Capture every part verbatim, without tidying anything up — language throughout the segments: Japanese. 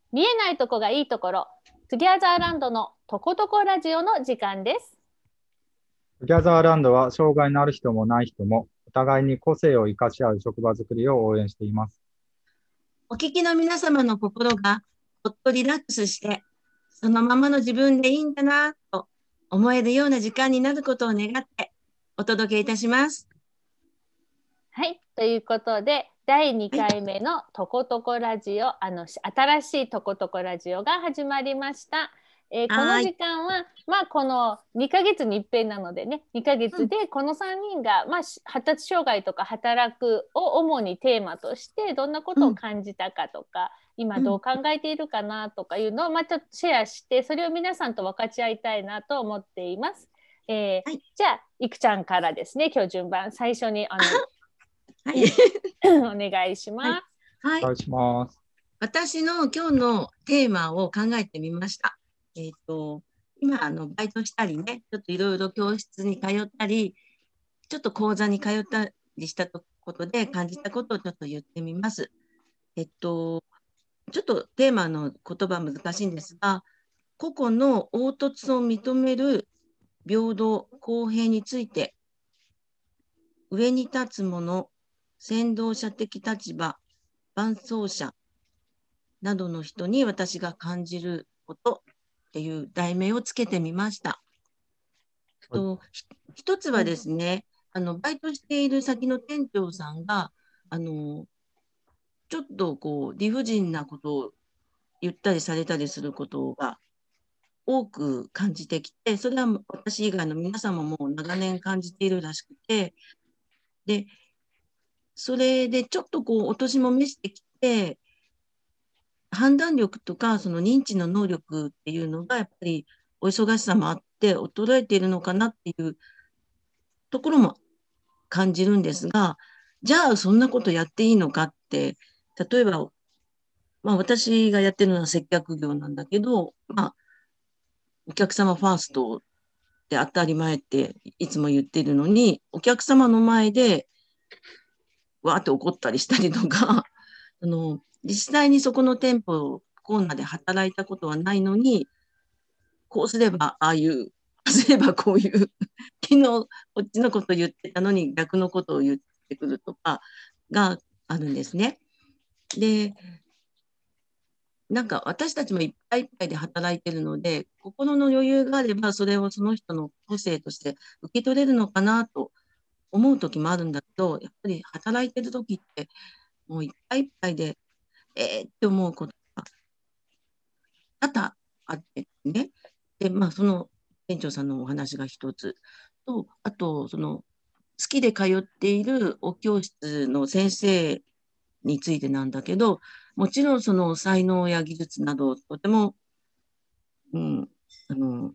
見えないとこがいいところ、トゥギャザーランドのとことこラジオの時間です。 ギャザーランドは障害のある人もない人もお互いに個性を生かし合う職場づくりを応援しています。 お聞きの皆様の心がほっとリラックスして、そのままの自分でいいんだなと思えるような時間になることを願ってお届けいたします。 はい、ということでだいにかいめはい、 のとことこラジオ、あの新しいとことこラジオが始まりました。えーこのはい、 時間は、まあ、このにかげつに一遍なのでね、にかげうん、 つでこのさんにんが、まあ、し発達障害とか働くを主にテーマとしてどんなことをうん、 感じたかとか、今うん、 どう考えているかなとかいうのを、まあ、ちょっとシェアして、それを皆さんと分かち合いたいなと思っています。えーはい、 じゃあいくちゃんからですね、今日順番最初にあのはい、 お願いしはい、 ます。 はい。 お願いします。 私の今日のテーマを考えてみました。えっと、今、あの、バイトしたりね、ちょっといろいろ教室に通ったり、ちょっと講座に通ったりしたことで感じたことをちょっと言ってみます。えっと、ちょっとテーマの言葉難しいんですが、個々の凹凸を認める平等、公平について、上に立つ者、先導者的立場、伴走者などの人に私が感じることっていう題名をつけてみました。 はい。 と一つはでうん、 すね、あのバイトしている先の店長さんが、あのちょっとこう理不尽なことを言ったりされたりすることが多く感じてきて、それは私以外の皆様も長年感じているらしくて、で、それでちょっとこう、お年も召してきて、判断力とか、その認知の能力っていうのが、やっぱりお忙しさもあって、衰えているのかなっていうところも感じるんですが、じゃあそんなことやっていいのかって、例えば、まあ私がやってるのは接客業なんだけど、まあお客様ファーストって当たり前っていつも言ってるのに、お客様の前でわーって怒ったりしたりとか、あの、実際にそこの店舗、コーナーで働いたことはないのに、こうすればああいう、こうすればこういう、昨日こっちのこと言ってたのに逆のことを言ってくるとかがあるんですね。で、なんか私たちもいっぱいいっぱいで働いてるので、心の余裕があれば、それをその人の個性として受け取れるのかなと思う時もあるんだけど、やっぱり働いてる時ってもういっぱいいっぱいで、えーって思うことが多々あってね。で、まあ、その店長さんのお話が一つと、あと、その、好きで通っているお教室の先生についてなんだけど、もちろんその才能や技術など、とても、うん、あの、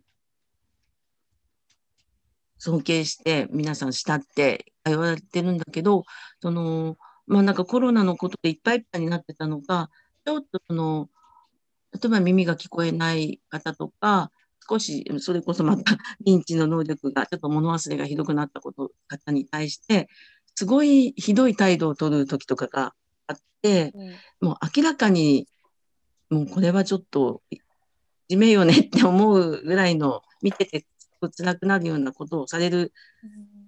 尊敬して皆さん慕って通われてるんだけど、その、まあなんかコロナのことでいっぱいいっぱいになってたのが、ちょっとその、例えば耳が聞こえない方とか、少し、それこそまた認知の能力が、ちょっと物忘れがひどくなったこと方に対して、すごいひどい態度を取る時とかがあって、 うん、 もう明らかに、もうこれはちょっと、いじめよねって思うぐらいの、見てて辛くなるようなことをされるうん、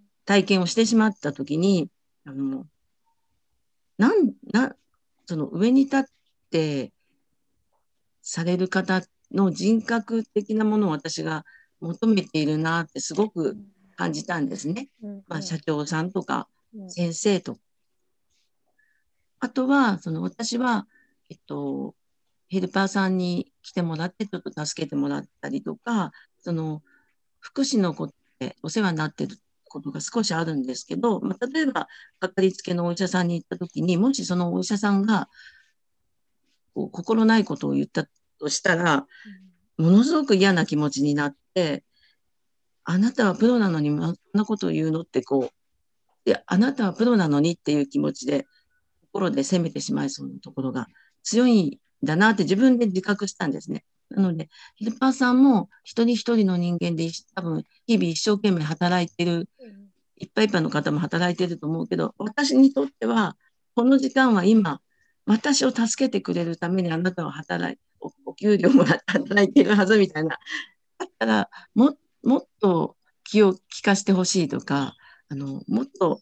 体験をしてしまった時に、あの、なん、な、その上に立ってされる方の人格的なものを私が求めているなってすごく感じたんですね。 うん、 まあ、 うん、 社長さんとかうん、 先生とか。あとは、その私は、えっと、ヘルパーさんに来てもらって、ちょっと助けてもらったりとか、その、福祉のことでお世話になっていることが少しあるんですけど、まあ、例えば、かかりつけのお医者さんに行った時に、もしそのお医者さんが、こう心ないことを言ったとしたら、ものすごく嫌な気持ちになって、あなたはプロなのに、そんなことを言うのってこう、いや、あなたはプロなのにっていう気持ちで、心で責めてしまいそうなところが強いんだなって自分で自覚したんですね。なので、ヘルパーさんも一人一人の人間で多分日々一生懸命働いてる、 うん、 いっぱいいっぱいの方も働いてると思うけど、私にとっては、この時間は今、私を助けてくれるためにあなたは働い、 給料もらって働いているはずみたいな。だったらも、もっと気を利かしてほしいとか、あの、もっと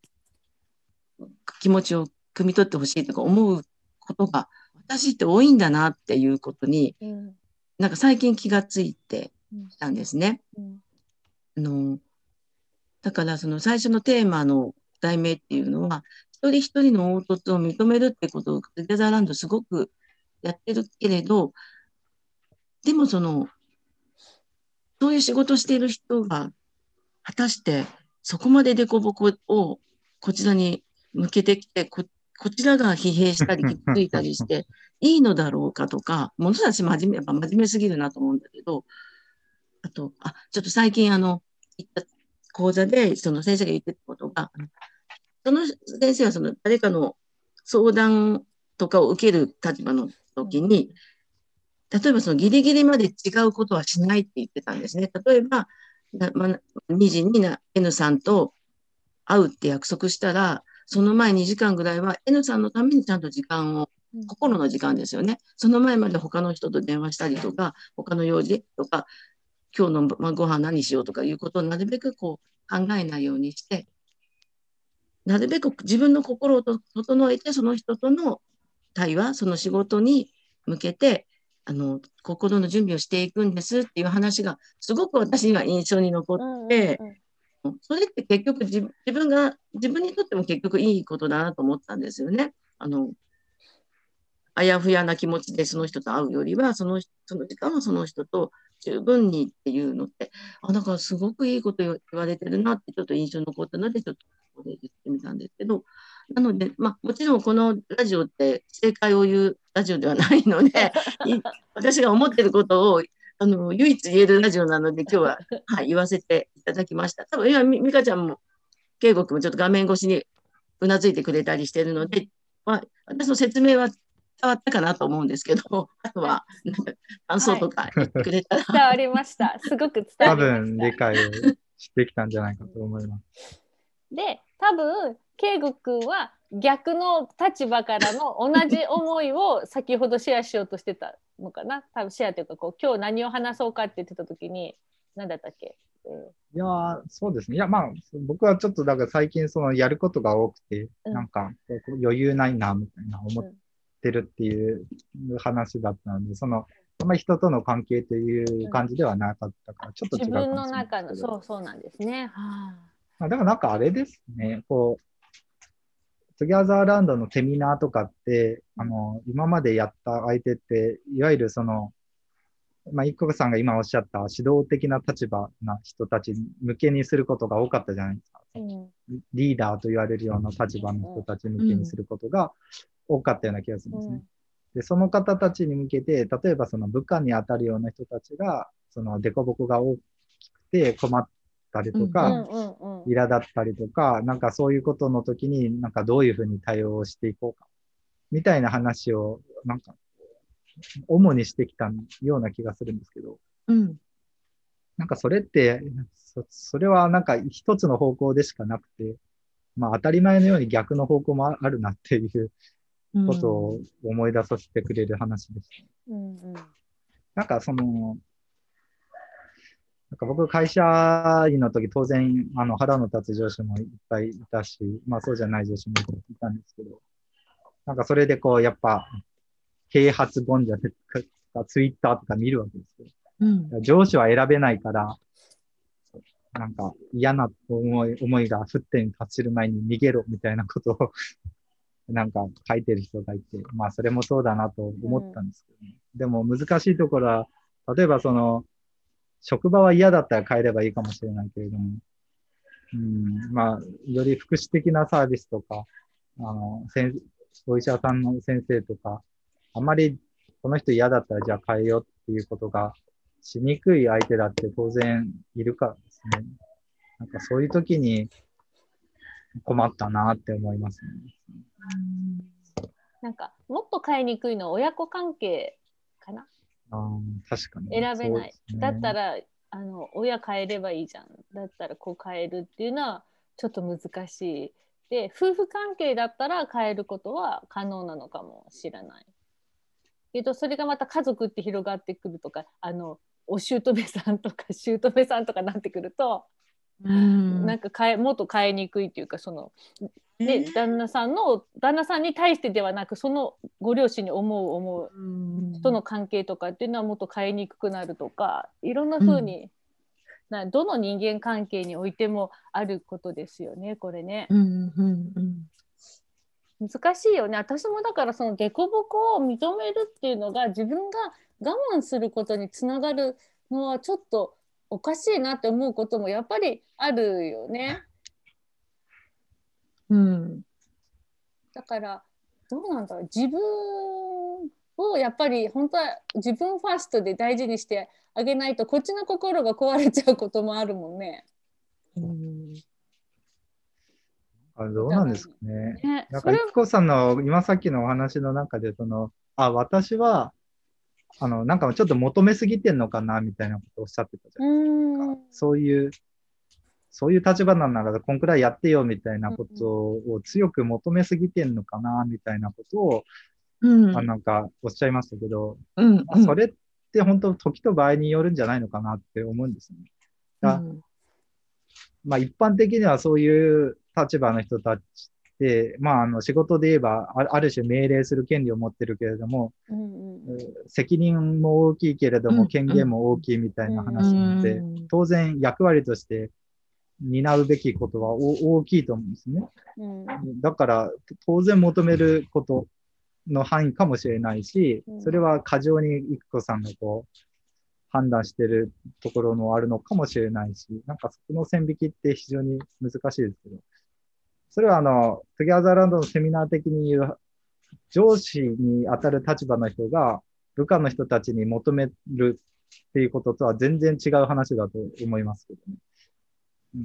気持ちを汲み取ってほしいとか思うことが私って多いんだなっていうことに、 うん、 なんか最近気がついてうん、 きたんですね。 うん、 あの、だからその最初のテーマの題名っていうのは、一人一人の凹凸を認めるってことをトゥギャザーランドすごくやってるけれど、でもその、そういう仕事をしている人が、果たしてそこまで凸凹をこちらに向けてきて、こ、こちらが疲弊したり傷ついたりしていいのだろうかとか、ものすごい真面目、やっぱ真面目すぎるなと思うんだけど、あと、あ、ちょっと最近あの、行った講座で、その先生が言ってたことが、その先生はその誰かの相談とかを受ける立場の時に、例えばそのギリギリまで違うことはしないって言ってたんですね。例えば、なまあ、にじにな N さんと会うって約束したら、その前にじかんぐらいは N さんのためにちゃんと時間を、心の時間ですよね。その前まで他の人と電話したりとか、他の用事とか、今日の晩ご飯何しようとかいうことをなるべくこう考えないようにして、なるべく自分の心を整えて、その人との対話、その仕事に向けて、あの、心の準備をしていくんですっていう話が、すごく私には印象に残っうん、うん、 て、それって結局自自分が、自分にとっても結局いいことだなと思ったんですよね。あの、あやふやな気持ちでその人と会うよりは、その、その時間はその人と十分にっていうのって、あ、だからすごくいいこと言われてるなってちょっと印象に残ったので、ちょっとここで言ってみたんですけど、なので、まあ、もちろんこのラジオって正解を言うラジオではないので、私が思ってることをあの唯一言えるラジオなので、今日は、はい、言わせていただきました。多分今、みかちゃんも、圭吾君もちょっと画面越しにうなずいてくれたりしてるので、まあ、私の説明は伝わったかなと思うんですけど、あとは、なんか感想とか言ってくれたら。 伝わりました。すごく伝わ多りまし分理た。 解をしてきたんじゃないかと思います。 で、多分、圭吾君は逆の立場からの同じ思いを先ほどシェアしようとしてたのかな。多分シェアというか、こう今日何を話そうかって言ってた時に、何だったっけ、えいやー、そうですね。いや、まあ、僕はちょっと、だから最近、その、やることが多くて、 うんなんか、こう余裕ないな、みたいな思っうんてるっていう話だったので、その、あんまり人との関係という感じではなかったから、ちょっと自分の違うかもしれないで中の、 すけど。 そうそうなんですね。はあ、 まあ、でもなんかあれですね、こう、トゥギャザーランドのセミナーとかって、あの、今までやった相手って、いわゆるその、まあ、一個さんが今おっしゃった指導的な立場な人たち向けにすることが多かったじゃないですか。 うん、 リーダーと言われるような立場の人たち向けにすることが多かったような気がするんですね。で、その方たちに向けて、例えばその部下に当たるような人たちが、その凸凹が大きくて困ったりとか、苛立ったりとか、なんかそういうことの時に、なんかどういうふうに対応していこうか、みたいな話を、なんか、主にしてきたような気がするんですけど、 うん、 なんかそれって、そ、それはなんか一つの方向でしかなくて、まあ当たり前のように逆の方向もあるなっていうことを思い出させてくれる話でした。 うんうん、 なんかその、なんか僕会社員の時当然あの腹の立つ上司もいっぱいいたし、まあそうじゃない上司もいたんですけど、なんかそれでこうやっぱ啓発本じゃないですか、ツイッターとか見るわけですよ。うん、上司は選べないから、なんか嫌な思い、思いが沸点に達する前に逃げろみたいなことをなんか書いてる人がいて、まあそれもそうだなと思ったんですけどね。うん、でも難しいところは、例えばその、職場は嫌だったら変えればいいかもしれないけれども、うん、まあ、より福祉的なサービスとか、あの、先お医者さんの先生とか、あんまりこの人嫌だったらじゃあ変えようっていうことがしにくい相手だって当然いるからですね。なんかそういう時に困ったなって思いますね。 なんかもっと変えにくいのは親子関係かな。 あ、確かに。 選べない。 ね、 だったらあの親変えればいいじゃん。だったらこう変えるっていうのはちょっと難しい。で、夫婦関係だったら変えることは可能なのかもしれない。 けどそれがまた家族って広がってくるとか、あのお姑さんとか姑さんとかなってくると、 うん、 なんか変えもっと変えにくいっていうか、そのね、 えー旦那さんの旦那さんに対してではなく、そのご両親に思う思ううん人の関係とかっていうのはもっと変えにくくなるとか、いろんなうん風に、などの人間関係においてもあることですよね、これね。 うんうんうん難しいよね。私もだからその凸凹を認めるっていうのが自分が我慢することにつながるのはちょっとおかしいなって思うこともやっぱりあるよね。 うんだからどうなんだろう、自分をやっぱり本当は自分ファーストで大事にしてあげないと、こっちの心が壊れちゃうこともあるもんね。 うんあ、 おどうなんですか互いに。 ね。 ね、 なんか、 それ、 いつこさんの今さっきのお話の中で、その、あ、私は、あの、なんかちょっと求めすぎてんのかな、みたいなことをおっしゃってたじゃうないですか。 ーん、 そういう、そういう立場なんなら、こんくらいやってよ、みたいなこうんとを強く求めすぎてんのかな、みたいなことを、あ、 うんなんかおっしゃいましたけど、まあ、 うんうんそれって本当、時と場合によるんじゃないのかなって思うんですね。だうんまあ、一般的にはそういう立場の人たちって、まあ、あの仕事で言えばあ、ある種命令する権利を持ってるけれども、 うんうん責任も大きいけれども、 うん権限も大きいみたいなう話なので、 ん当然役割として担うべきことは大きいと思うんですね。 うんだから、当然求めることの範囲かもしれないし、それは過剰に育子さんがこう、判断してるところもあるのかもしれないし、なんかそこの線引きって非常に難しいですけど、それはあの、トゥギャザーランドのセミナー的に言う、上司に当たる立場の人が部下の人たちに求めるっていうこととは全然違う話だと思いますけどね。うん、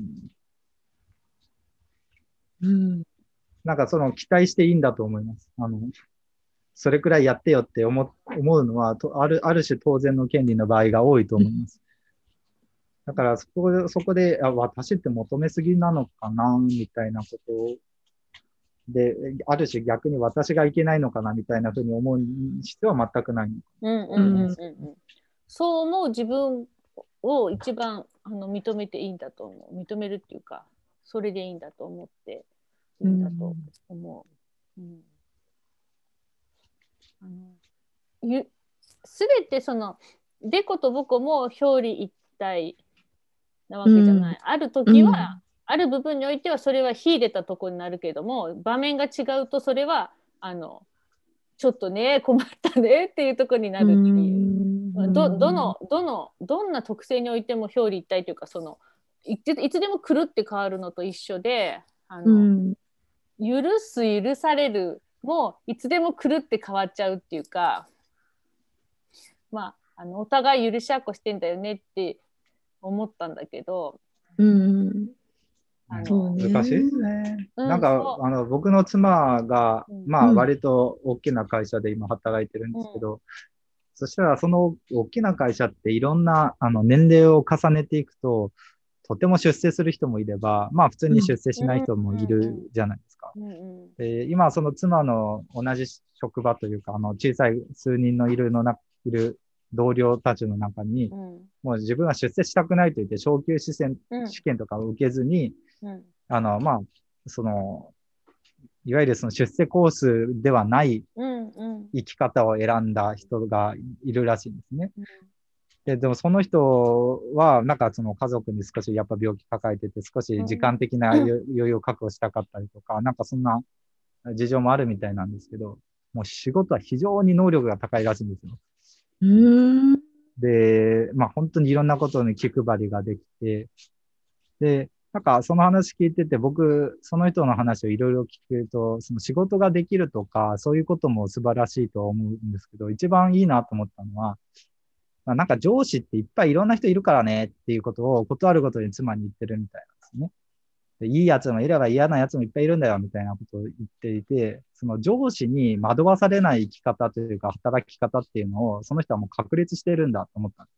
うんなんかその期待していいんだと思います。あの、それくらいやってよって思思うのはとある、ある種当然の権利の場合が多いと思います。だからそこで、そこで、あ、私って求めすぎなのかな、みたいなことで、ある種逆に私がいけないのかな、みたいなふうに思う必要は全くない。 うんうんうんうんうんうん。そう思う自分を一番あの認めていいんだと思う。認めるっていうか、それでいいんだと思っていいんだと思う。うん、あのゆすべてそのデコとボコも表裏一体なわけじゃない。ある時は、ある部分においてはそれは秀でたとこになるけども、場面が違うとそれはあのちょっとね困ったねっていうところになるっていう。どどのどのどんな特性においても表裏一体というか、そのいついつでも来るって変わるのと一緒で、あの、うん、許す許されるもいつでも来るって変わっちゃうっていうか、まあ、あのお互い許し合っこしてんだよねって思ったんだけど、 うん、 あの難しいですね。 うん、 なんかあの僕の妻が、 うん、 まあ割と大きな会社で今働いてるんですけど、うん、そしたらその大きな会社っていろんなあの年齢を重ねていくと、とても出世する人もいれば、まあ普通に出世しない人もいるじゃないですか。で今その妻の同じ職場というか、あの小さい数人のいるのないる同僚たちの中に、うん、もう自分は出世したくないと言って、昇級試験、うん、試験とかを受けずに、うん、あの、まあ、その、いわゆるその出世コースではない生き方を選んだ人がいるらしいんですね。うん、で、でもその人は、なんかその家族に少しやっぱ病気抱えてて、少し時間的な余裕を確保したかったりとか、うん、なんかそんな事情もあるみたいなんですけど、もう仕事は非常に能力が高いらしいんですよ。 うんで、まあ本当にいろんなことに気配りができて、で、なんかその話聞いてて、僕、その人の話をいろいろ聞くと、その仕事ができるとか、そういうことも素晴らしいと思うんですけど、一番いいなと思ったのは、まあ、なんか上司っていっぱいいろんな人いるからねっていうことを断るごとに妻に言ってるみたいなんですね。いいやつもいれば嫌なやつもいっぱいいるんだよみたいなことを言っていて、その上司に惑わされない生き方というか働き方っていうのをその人はもう確立してるんだと思ったんです。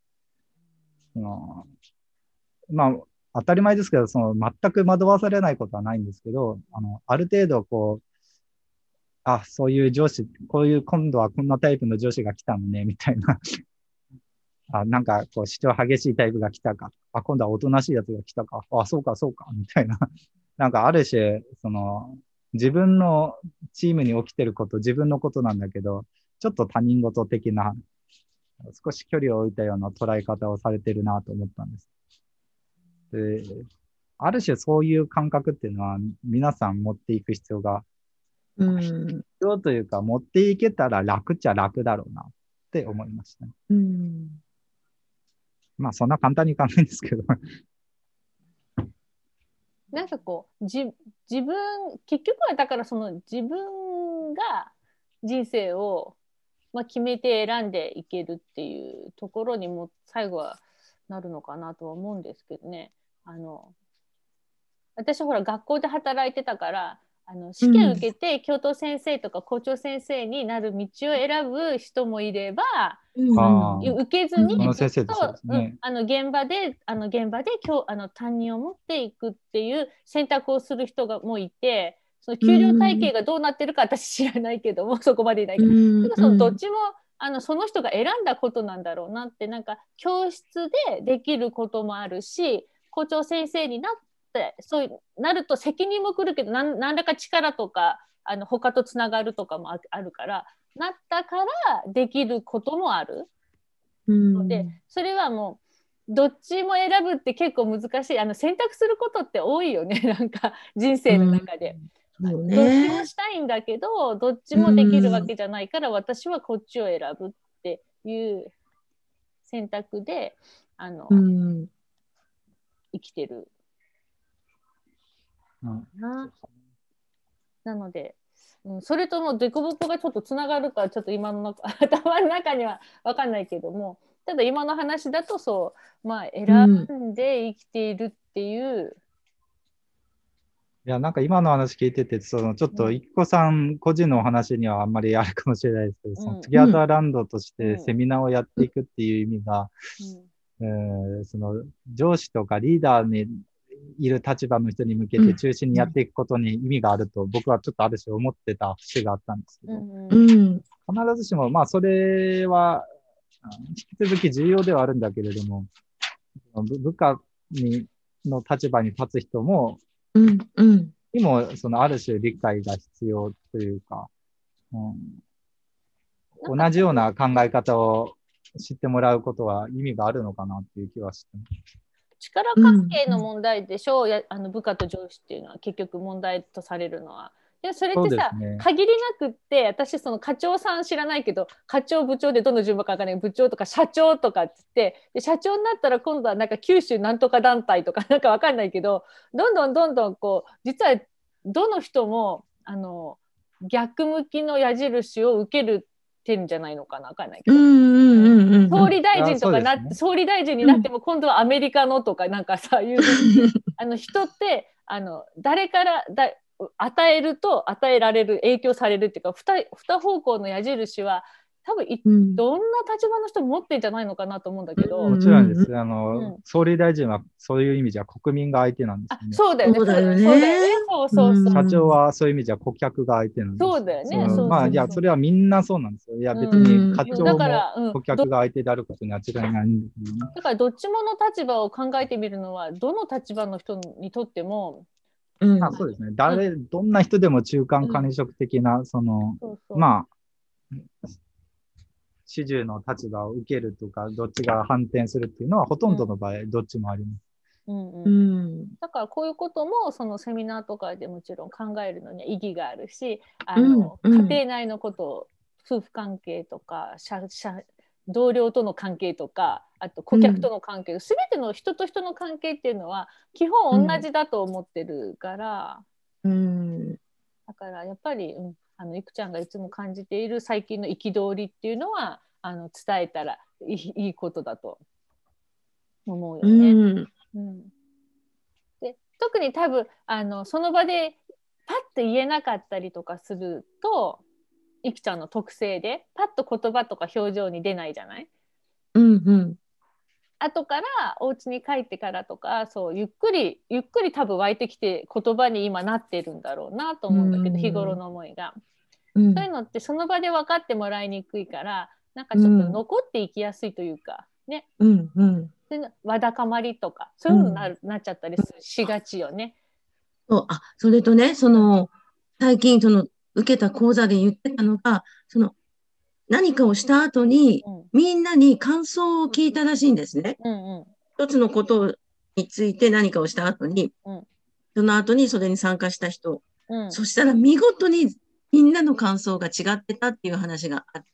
うん、まあ当たり前ですけど、その全く惑わされないことはないんですけど、あのある程度こあ、そういう上司、こういう、今度はこんなタイプの上司が来たのね、みたいな。あ、なんか、こう、主張激しいタイプが来たか。あ、今度はおとなしいやつが来たか。あ、そうか、そうか、みたいな。なんか、ある種、その、自分のチームに起きてること、自分のことなんだけど、ちょっと他人事的な、少し距離を置いたような捉え方をされてるなと思ったんです。で、ある種そういう感覚っていうのは皆さん持っていく必要が、 うん。 必要というか持っていけたら楽っちゃ楽だろうなって思いましたね。 うん。 まあそんな簡単にいかないんですけど。 なんかこうじ自分結局はだからその自分が人生を、まあ、決めて選んでいけるっていうところにも最後はなるのかなとは思うんですけどね。あの私はほら学校で働いてたからあの試験受けて教頭先生とか校長先生になる道を選ぶ人もいれば、 うん。 ああ、 受けずにうんずっその先生とそうと、うん、 ですね。 あの現場であの現場で今日あの担任を持っていくっていう選択をする人がもういて、その給料体系がどうなってるか私知らないけどもそこまでいないけど、 うん。 でもそのどっちもあのその人が選んだことなんだろうなって、なんか教室でできることもあるし、校長先生になってそうなると責任も来るけど、何何らか力とかあの他とつながるとかもああるから、なったからできることもあるので、 うん。 それはもうどっちも選ぶって結構難しい。あの選択することって多いよねなんか人生の中で。 そうどっちもね。 したいんだけどどっちうもできるわん。 けじゃないから私はこっちを選ぶっていう選択であの、 うん。 生きてるうん、 な。なので、うん、それともデコボコがちょっとつながるかちょっと今の中頭の中には分かんないけども、ただ今の話だとそうまあ選んで生きているっていう、 いや、なんか今の話聞いてて、そのちょっとうん一個さん個人のお話にはあんまりあるかもしれないですけど、そのトゥギうん。 ャザーランドとしてセうんミナーをやっていくっていう意味が、 うんえーその上司とかリーダーにいる立場の人に向けうんて中心にやっていくことに意味があると僕はちょっとある種思ってた節があったんですけど、 うんううんん。 必ずしもまあそれはうん引き続き重要ではあるんだけれども、部部下にの立場に立つ人もうん。うん。 にもそのある種理解が必要というか、うん、同じような考え方を知ってもらうことは意味があるのかなっていう気はしてます。 力関うん。 係の問題でしょう、やあの部下と上司っていうのは結局問題とされるのは。でそれっそうてさですね。 限りなくって私その課長さん知らないけど課長部長でどの順番か分からない部長とか社長とかっつってで社長になったら今度はなんか九州なんとか団体とかなんか分かんないけどどんどんどんどんこう実はどの人もあの逆向きの矢印を受けるてんじゃないのかな分かんないけうん。 ど。 うん。 総理大あ、 臣とかなって、 そうですね。 総理大臣になっても今度はアメリカのとかなんかさいうふうにあの人ってあの誰からだ与えると与えられる影響されるっていうか 2, 2方向の矢印は多分うん。 どんな立場の人も持ってんじゃないのかなと思うんだけど、 もちろんです。あうの、 ん、 総理大臣はそういう意味じゃ国民が相手なんですあよね。 そうだよねそうだよそうだよねね。 そうそうそう社長はそういう意味じゃ顧客が相手なんです。 そうだよね、 うん。 うん、まあ、いや、 そうそうそそれはみんなそうなんですよ。いや、 う、 別に課うん、だ長もから、うん、 顧客が相手であることには違いないんですけどね。 だからどっちもの立場を考えてみるのはどの立場の人にとっても、 うん。 まあ、そうですね。誰、どんな人でも中間管理職的な、その、 そうそう、 まあ、始終の立場を受けるとか、どっちが反転するっていうのは、ほとんどの場合、どっちもあります。 うんううんん。 だからこういうこともそのセミナーとかでもちろん考えるのには意義があるし、あの、 うんうん家庭内のことを夫婦関係とか社社同僚との関係とかあと顧客との関係、全ての人と人の関係っていうのは基本同じだと思ってるから、 うん。 だからやっぱり、うん、あのいくちゃんがいつも感じている最近の憤りっていうのはあの伝えたらいい、いいことだと思うよね。 うん。 うんで特に多分あのその場でパッと言えなかったりとかするといきちゃんの特性でパッと言葉とか表情に出ないじゃない。 うんうん後からお家に帰ってからとかそうゆっくりゆっくり多分湧いてきて言葉に今なってるんだろうなと思うんだけど、日頃の思いが。 うん、 そういうのってその場で分かってもらいにくいから、なんかちょっと残っていきやすいというか、ね、 うんうん、 そういうのわだかまりとかそういうのになる、なっちゃったりしがちよね。 そう、あ、それとね、その、最近、その、受けた講座で言ってたのが、その、何かをした後に、 うん、 みんなに感想を聞いたらしいんですね。 うんうん一つのことについて何かをした後に、 うんその後にそれに参加した人。 うん、 そしたら見事にみんなの感想が違ってたっていう話があって、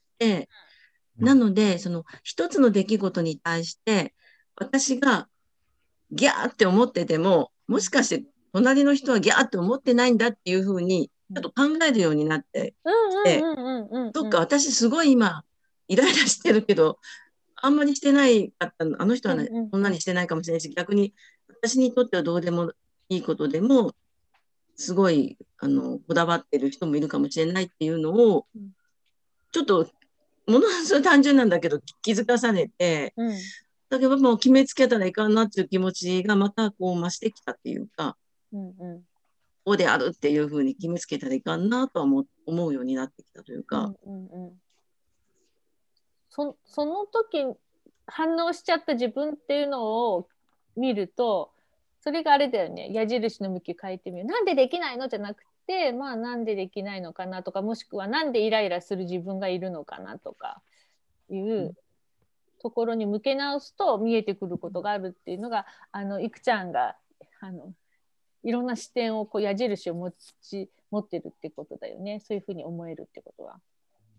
なので、その一つの出来事に対して、私がギャーって思ってても、もしかして隣の人はギャーって思ってないんだっていうふうに、ちょっと考えるようになってうんきて、 うんうんうんうんそっか、私すごい今、イライラしてるけど、あんまりしてないかったの、あの人はね、 うんうんそんなにしてないかもしれないし、逆に私にとってはどうでもいいことでも、すごい、あの、こだわってる人もいるかもしれないっていうのを、ちょっと、ものすごい単純なんだけど、気づかされて、 うんだけどもう決めつけたらいかんなっていう気持ちがまたこう増してきたっていうか、 うんうんこうであるっていうふうに決めつけたらいかんなとは思思うようになってきたというか。 うんうんうん、そその時反応しちゃった自分っていうのを見ると、それがあれだよね、矢印の向き変えてみる。なんでできないのじゃなくて、まあなんでできないのかなとか、もしくはなんでイライラする自分がいるのかなとかいうところに向け直すと見えてくることがあるっていうのが、あのいくちゃんがあのいろんな視点をこう矢印を持ち持ってるってことだよね。そういうふうに思えるってことは。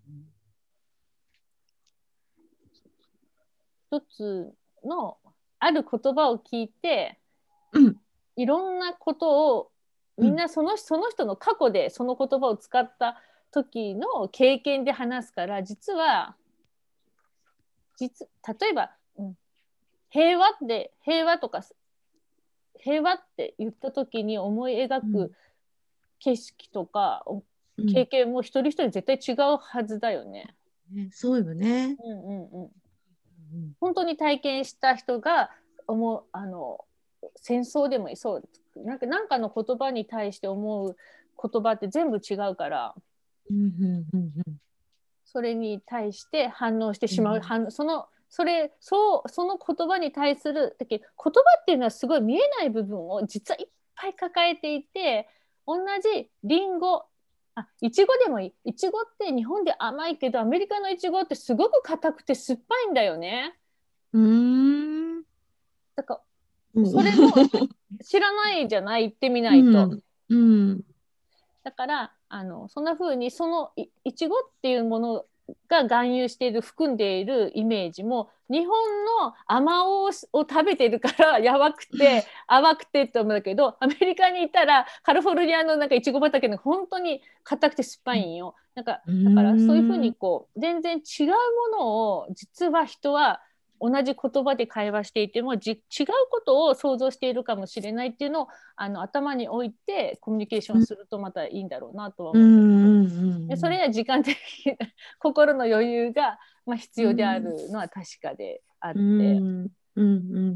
一つのある言葉を聞いて、 うん、 いろんなことをみんなその、その人の過去でその言葉を使った時の経験で話すから、実は実例えば、うん、平和って平和とか平和って言った時に思い描く景色とか、うん、経験も一人一人絶対違うはずだよね。 ね、そうよね。 うんうんうん。本当に体験した人が思う、あの戦争でもいい、そうなんか、なんかの言葉に対して思う言葉って全部違うから、 うんうんうんうん、 それに対して反応してしまう、うん、反そのそれそうその言葉に対するだけ言葉っていうのはすごい見えない部分を実はいっぱい抱えていて、同じリンゴ、あ、いちごでもいい。いちごって日本で甘いけどアメリカのいちごってすごく硬くて酸っぱいんだよね。 うーん、 だからそれも知らないじゃない、言ってみないと、 うんうん、 だからあのそんな風にその い, いちごっていうものが含有している含んでいるイメージも日本のあまおうを食べてるからやばくて淡くてって思うんだけど、アメリカにいたらカリフォルニアのなんかいちご畑の本当に硬くて酸っぱいんよ。なんかだからそういう風にこう全然違うものを実は人は同じ言葉で会話していてもじ違うことを想像しているかもしれないっていうのをあの頭に置いてコミュニケーションするとまたいいんだろうなとは思うんだけど、でそれは時間的心の余裕が、まあ、必要であるのは確かであって、うんうん、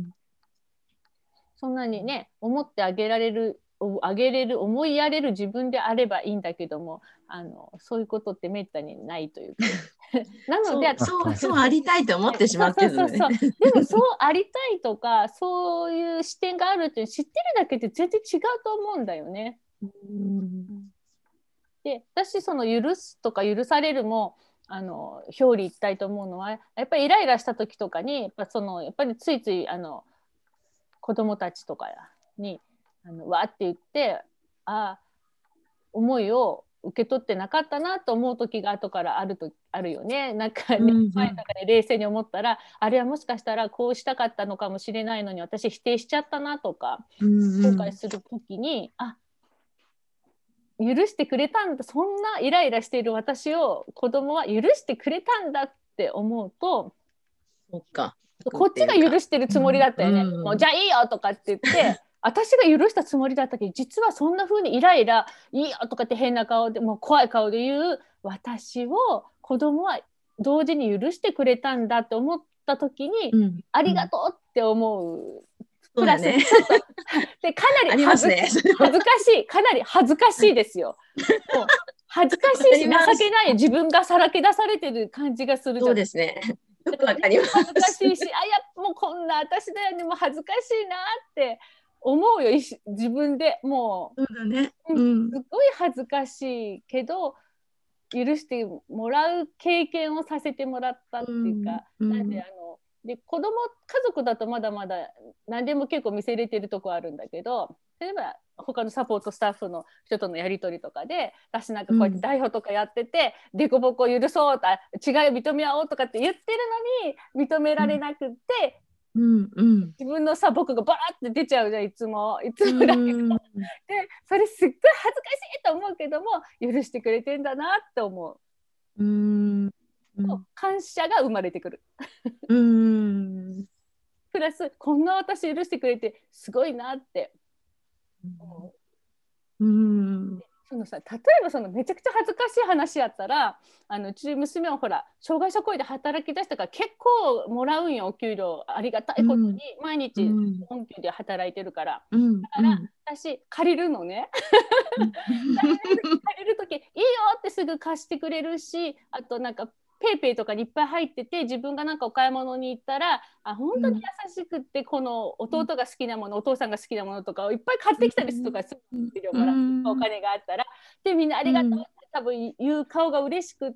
そんなにね思ってあげられるあげれる思いやれる自分であればいいんだけども、あのそういうことってめったにないというかなのでそうそうそうありたいと思ってしまってるのね。 そうそうそうそうでもそうありたいとかそういう視点があるっていうの知ってるだけで全然違うと思うんだよね。うん、で私その許すとか許されるもあの表裏一体と思うのはやっぱりイライラした時とかにやっぱそのやっぱりついついあの子供たちとかにあのわって言ってあ思いを受け取ってなかったなと思う時が後からあるとあるよね。なんかね、前とかで冷静に思ったらあれはもしかしたらこうしたかったのかもしれないのに私否定しちゃったなとか後悔する時に、あ許してくれたんだ、そんなイライラしている私を子供は許してくれたんだって思うと、 そっかこっちが許してるつもりだったよね、うんうん、もうじゃあいいよとかって言って私が許したつもりだったけど実はそんな風にイライラいいよとかって変な顔でもう怖い顔で言う私を子供は同時に許してくれたんだって思った時に、うん、ありがとうって思う、プラス、ね、ちょっとでかなり恥ず、ね、恥ずかしいかなり恥ずかしいですよもう恥ずかしいし情けないよ。自分がさらけ出されてる感じがするじゃん。 そうですね。よくわかります。 恥ずかしいし、あ、いや、もうこんな私だよね、もう恥ずかしいなって思うよ、自分でもう。そうだね。 うん、すごい恥ずかしいけど、許してもらう経験をさせてもらったっていうか、うん、なんであので子供家族だとまだまだ何でも結構見せれてるとこあるんだけど、例えば他のサポートスタッフの人とのやり取りとかで、私なんかこうやって代表とかやってて、うん、デコボコ許そうと違いを認め合おうとかって言ってるのに認められなくって、 うんうん、 自分のさ僕がバーって出ちゃうじゃん、いつもいつもだけど、うん、でそれすっごい恥ずかしいと思うけども許してくれてんだなって思う。うん、感謝が生まれてくる。うんプラスこんな私許してくれてすごいなって思う。うんそのさ、例えばそのめちゃくちゃ恥ずかしい話やったら、あのうち娘はほら障害者雇用で働き出したから結構もらうんよ、お給料ありがたいことに、毎日本給で働いてるから、うん、だから私借りるのね借りるときいいよってすぐ貸してくれるし、あとなんかペイペイとかにいっぱい入ってて、自分がなんかお買い物に行ったら、あ本当に優しくって、この弟が好きなもの、お父さんが好きなものとかをいっぱい買ってきたりするとか、すぐ給料もらってお金があったら、でみんなありがとうって多分言う顔が嬉しくって、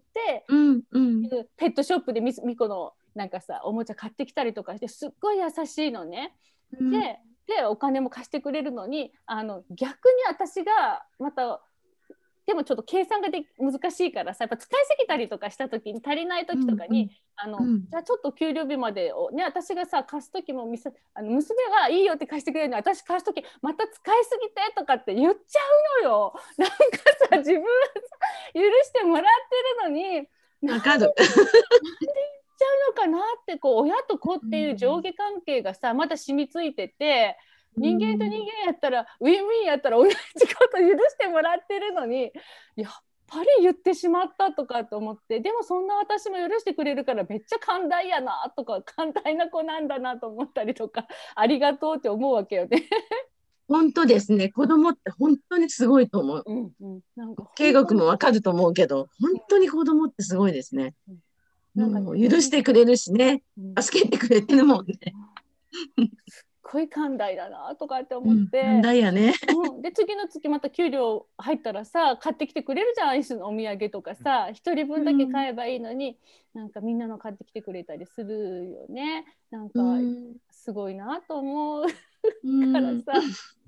うんうん、ペットショップでみみこのなんかさおもちゃ買ってきたりとかして、すっごい優しいのね。うん、ででお金も貸してくれるのに、あの逆に私がまたでもちょっと計算がで難しいからさ、やっぱ使いすぎたりとかした時に、足りない時とかに、うんうん、あの、うん、じゃあちょっと給料日までをね、私がさ貸す時もあの娘がいいよって貸してくれるのに、私貸す時また使いすぎてとかって言っちゃうのよ。なんかさ自分はさ許してもらってるのに、 わかる。なんで言っちゃうのかなって、こう親と子っていう上下関係がさまだ染みついてて。人間と人間やったらウィンウィンやったら同じこと許してもらってるのに、やっぱり言ってしまったとかと思って、でもそんな私も許してくれるからめっちゃ寛大やなとか、寛大な子なんだなと思ったりとか、ありがとうって思うわけよね。 本当ですね。子供って本当にすごいと思う。うんうん、なんか圭吾君もわかると思うけど、本当に子供ってすごいですね。うん、なんか許してくれるしね、助けてくれてるもんね。 すごい寛大だなとかって思って、 寛大やね、 うん、で次の月また給料入ったらさ買ってきてくれるじゃん、アイスのお土産とかさ、一人分だけ買えばいいのに、うん、なんかみんなの買ってきてくれたりするよね。なんかすごいなと思うからさ、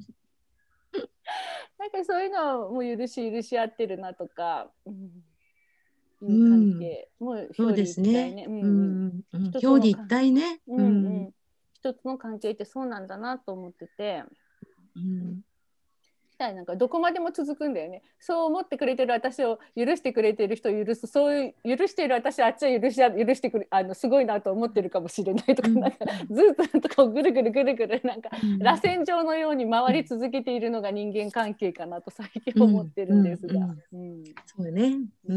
なんかそういうのも許し許し合ってるなとか、うん、いう関係も表裏一体ね。 表裏一体ね。 うんうん、一つの関係ってそうなんだなと思ってて、うん、なんかどこまでも続くんだよね。そう思ってくれてる私を許してくれてる人を許す、そういう許している私はあっちは許し許してくれ、あのすごいなと思ってるかもしれないとか、うん、なんかずっととかぐるぐるぐるぐるなんか、うん、螺旋状のように回り続けているのが人間関係かなと最近思ってるんですが、 そうね、うん、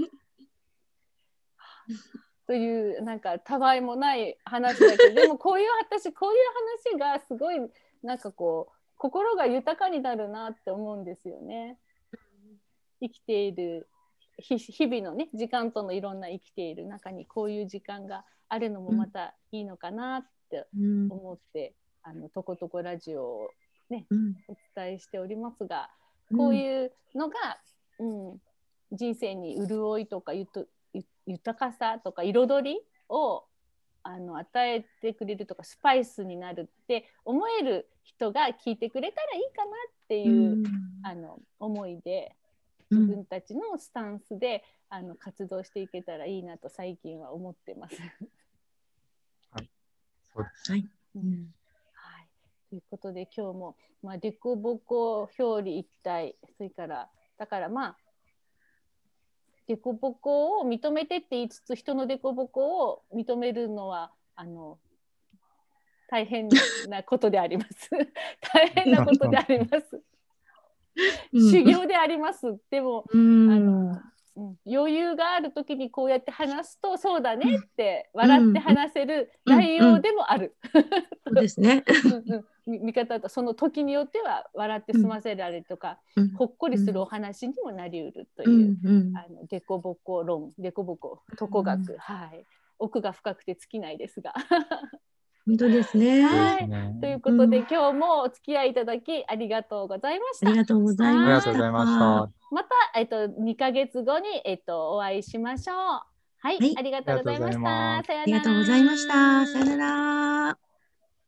というなんかたわいもない話だけど、でもこういう私こういう話がすごいなんかこう心が豊かになるなって思うんですよね。生きている日々のね時間とのいろんな生きている中にこういう時間があるのもまたいいのかなって思って、うん、あのとことこラジオをね、うん、お伝えしておりますが、こういうのが、うん、人生に潤いとかゆと豊かさとか彩りをあの与えてくれるとかスパイスになるって思える人が聞いてくれたらいいかなっていう、うん、あの思いで自分たちのスタンスで、うん、あの活動していけたらいいなと最近は思ってます。 はい、そうです。 はい、うんはい、ということで今日も、まあ、デコボコ表裏一体、それからだからまあデコボコを認めてって言いつつ人のデコボコを認めるのはあの大変なことであります大変なことであります修行であります。でもあのうん、余裕がある時にこうやって話すとそうだねって笑って話せる内容でもある。 そうですね。 うんうん、見方とその時によっては笑って済ませられるとか、 うん、 ほっこりするお話にもなりうるという、 うんうん、 あのデコボコ論、デコボコ、床学、うん、はい、奥が深くて尽きないですが。 本当ですね。 はい、ということで、うん、今日もお付き合いいただきありがとうございました。 ありがとうございました。 ありがとうございました。 また、えっと、にかげつごに、えっと、お会いしましょう。はい、はい、ありがとうございました。さようなら。 ありがとうございました。さよなら。